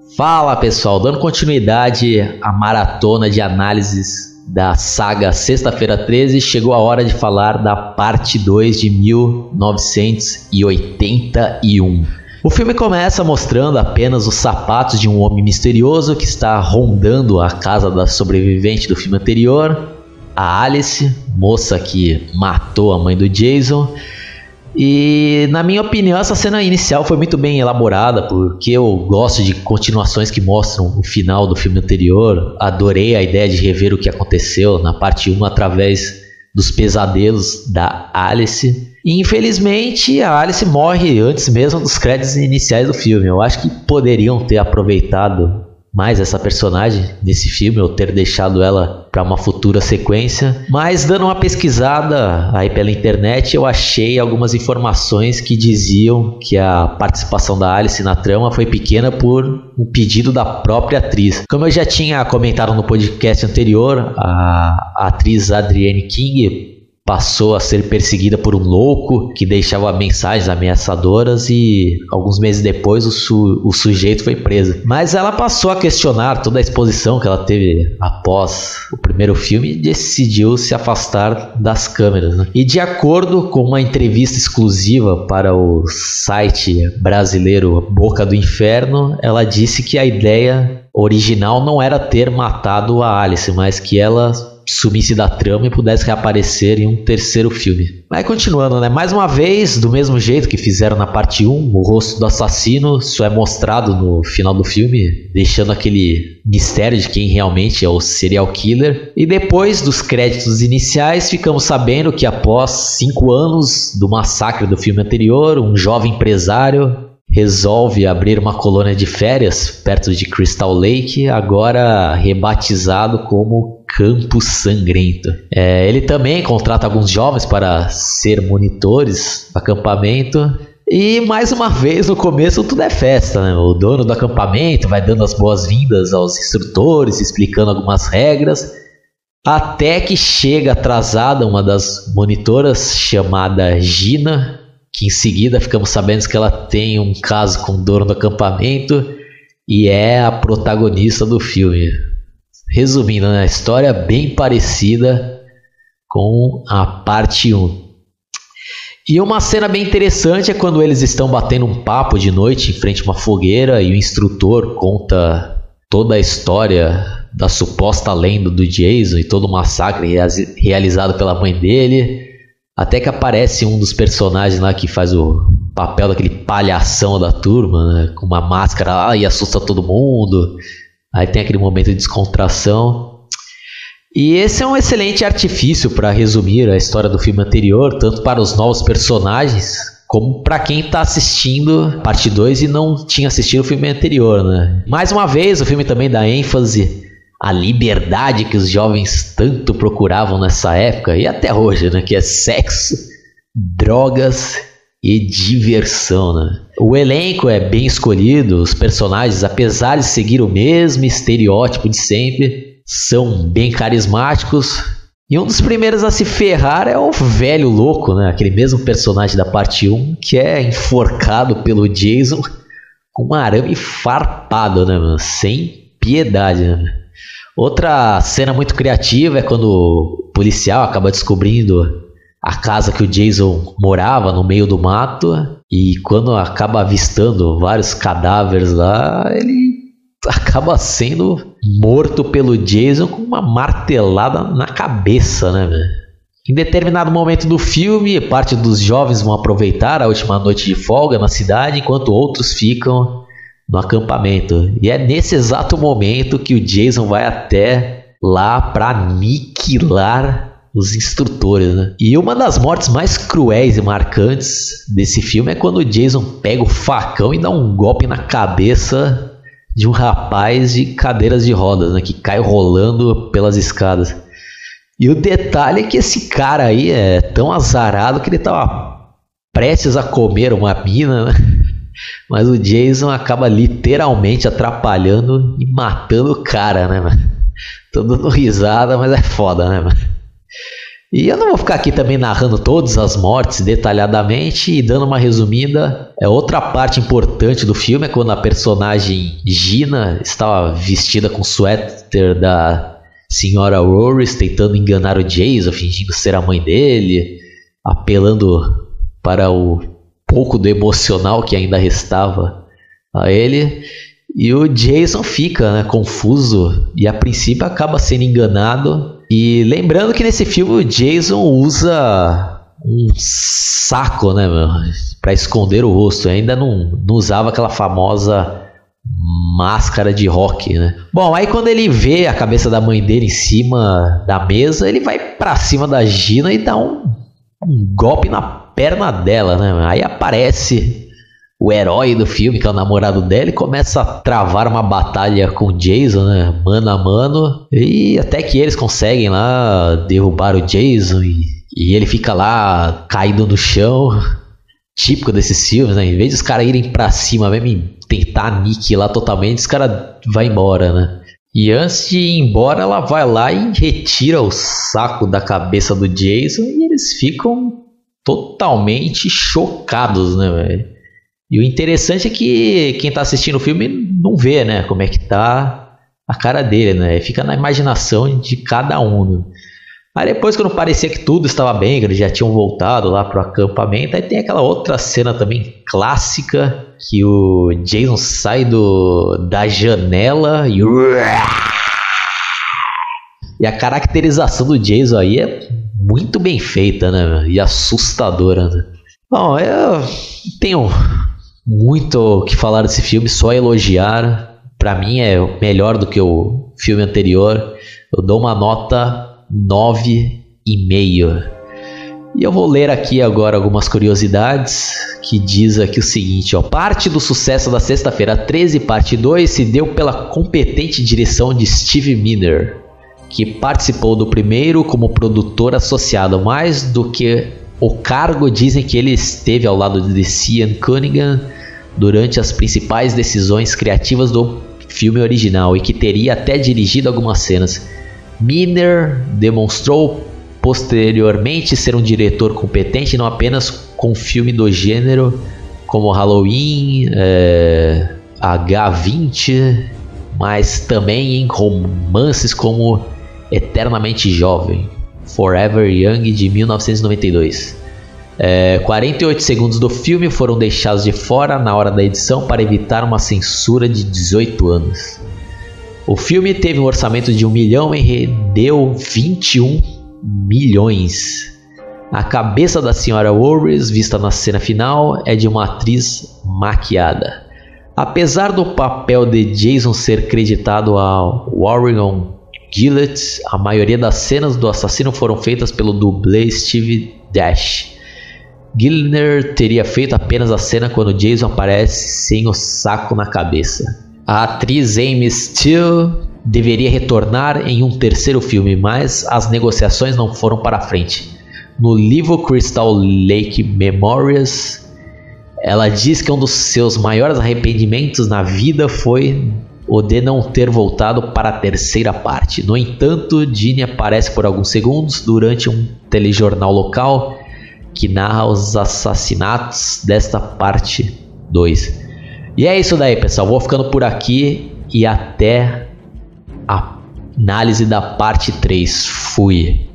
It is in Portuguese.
Fala pessoal, dando continuidade à maratona de análises da saga Sexta-feira 13, chegou a hora de falar da parte 2 de 1981. O filme começa mostrando apenas os sapatos de um homem misterioso que está rondando a casa da sobrevivente do filme anterior, a Alice, moça que matou a mãe do Jason. E na minha opinião essa cena inicial foi muito bem elaborada, porque eu gosto de continuações que mostram o final do filme anterior. Adorei a ideia de rever o que aconteceu na parte 1 através dos pesadelos da Alice. E infelizmente a Alice morre antes mesmo dos créditos iniciais do filme. Eu acho que poderiam ter aproveitado mais essa personagem nesse filme, ou ter deixado ela para uma futura sequência. Mas dando uma pesquisada aí pela internet, eu achei algumas informações que diziam que a participação da Alice na trama foi pequena por um pedido da própria atriz. Como eu já tinha comentado no podcast anterior, a atriz Adrienne King passou a ser perseguida por um louco que deixava mensagens ameaçadoras, e alguns meses depois o sujeito foi preso. Mas ela passou a questionar toda a exposição que ela teve após o primeiro filme e decidiu se afastar das câmeras, né? E de acordo com uma entrevista exclusiva para o site brasileiro Boca do Inferno, ela disse que a ideia original não era ter matado a Alice, mas que ela sumisse da trama e pudesse reaparecer em um terceiro filme. Mas continuando, né? Mais uma vez, do mesmo jeito que fizeram na parte 1, o rosto do assassino só é mostrado no final do filme, deixando aquele mistério de quem realmente é o serial killer. E depois dos créditos iniciais, ficamos sabendo que após 5 anos do massacre do filme anterior, um jovem empresário resolve abrir uma colônia de férias perto de Crystal Lake, agora rebatizado como Campo Sangrento. Ele também contrata alguns jovens para ser monitores do acampamento. E mais uma vez, no começo tudo é festa, né? O dono do acampamento vai dando as boas-vindas aos instrutores, explicando algumas regras, até que chega atrasada uma das monitoras, chamada Gina, que em seguida ficamos sabendo que ela tem um caso com o dono do acampamento e é a protagonista do filme. Resumindo, né, a história é bem parecida com a parte 1. E uma cena bem interessante é quando eles estão batendo um papo de noite em frente a uma fogueira e o instrutor conta toda a história da suposta lenda do Jason e todo o massacre realizado pela mãe dele. Até que aparece um dos personagens lá que faz o papel daquele palhação da turma, né, com uma máscara lá e assusta todo mundo. Aí tem aquele momento de descontração. E esse é um excelente artifício para resumir a história do filme anterior, tanto para os novos personagens, como para quem está assistindo parte 2 e não tinha assistido o filme anterior, né? Mais uma vez, o filme também dá ênfase a liberdade que os jovens tanto procuravam nessa época e até hoje, né? Que é sexo, drogas e diversão, né? O elenco é bem escolhido, os personagens, apesar de seguir o mesmo estereótipo de sempre, são bem carismáticos. E um dos primeiros a se ferrar é o velho louco, né? Aquele mesmo personagem da parte 1 que é enforcado pelo Jason com um arame farpado, né, mano? Sem piedade, né? Outra cena muito criativa é quando o policial acaba descobrindo a casa que o Jason morava no meio do mato, e quando acaba avistando vários cadáveres lá, ele acaba sendo morto pelo Jason com uma martelada na cabeça, né, velho? Em determinado momento do filme, parte dos jovens vão aproveitar a última noite de folga na cidade, enquanto outros ficam no acampamento. E é nesse exato momento que o Jason vai até lá para aniquilar os instrutores, né? E uma das mortes mais cruéis e marcantes desse filme é quando o Jason pega o facão e dá um golpe na cabeça de um rapaz de cadeiras de rodas, né, que cai rolando pelas escadas. E o detalhe é que esse cara aí é tão azarado que ele estava prestes a comer uma mina, né? Mas o Jason acaba literalmente atrapalhando e matando o cara, né, mano? Tô dando risada, mas é foda, né, mano? E eu não vou ficar aqui também narrando todas as mortes detalhadamente e dando uma resumida. Outra parte importante do filme é quando a personagem Gina estava vestida com o suéter da senhora Rorys, tentando enganar o Jason, fingindo ser a mãe dele, apelando para o pouco do emocional que ainda restava a ele. E o Jason fica, né, confuso e a princípio acaba sendo enganado. E lembrando que nesse filme o Jason usa um saco, né, para esconder o rosto. Ainda não usava aquela famosa máscara de rock, né? Bom, aí quando ele vê a cabeça da mãe dele em cima da mesa, ele vai pra cima da Gina e dá um golpe na perna dela, né? Aí aparece o herói do filme, que é o namorado dela, e começa a travar uma batalha com o Jason, né? Mano a mano. E até que eles conseguem lá derrubar o Jason e ele fica lá caído no chão. Típico desses filmes, né? Em vez de os caras irem pra cima mesmo e tentar aniquilar totalmente, os caras vão embora, né? E antes de ir embora, ela vai lá e retira o saco da cabeça do Jason e eles ficam totalmente chocados, né, velho? E o interessante é que quem tá assistindo o filme não vê, né, como é que tá a cara dele, né? Fica na imaginação de cada um, né? Aí depois, quando parecia que tudo estava bem, que eles já tinham voltado lá pro acampamento, aí tem aquela outra cena também clássica, que o Jason sai da janela e a caracterização do Jason aí é muito bem feita, né? E assustadora, né? Bom, eu tenho muito o que falar desse filme, só elogiar. Pra mim é melhor do que o filme anterior. Eu dou uma nota 9,5. E eu vou ler aqui agora algumas curiosidades que diz aqui o seguinte, ó. Parte do sucesso da Sexta-feira 13, parte 2, se deu pela competente direção de Steve Miner, que participou do primeiro como produtor associado. Mais do que o cargo, dizem que ele esteve ao lado de Sean Cunningham durante as principais decisões criativas do filme original e que teria até dirigido algumas cenas. Miner demonstrou posteriormente ser um diretor competente não apenas com filme do gênero como Halloween, H20, mas também em romances como Eternamente Jovem, Forever Young, de 1992. 48 segundos do filme foram deixados de fora na hora da edição para evitar uma censura de 18 anos. O filme teve um orçamento de 1 milhão e rendeu 21 milhões. A cabeça da senhora Rorys, vista na cena final, é de uma atriz maquiada. Apesar do papel de Jason ser creditado a Warren Gillett, a maioria das cenas do assassino foram feitas pelo dublê Steve Dash. Gilner teria feito apenas a cena quando Jason aparece sem o saco na cabeça. A atriz Amy Steele deveria retornar em um terceiro filme, mas as negociações não foram para frente. No livro Crystal Lake Memories, ela diz que um dos seus maiores arrependimentos na vida foi o de não ter voltado para a terceira parte. No entanto, Ginny aparece por alguns segundos durante um telejornal local que narra os assassinatos desta parte 2. E é isso daí, pessoal. Vou ficando por aqui e até a análise da parte 3. Fui.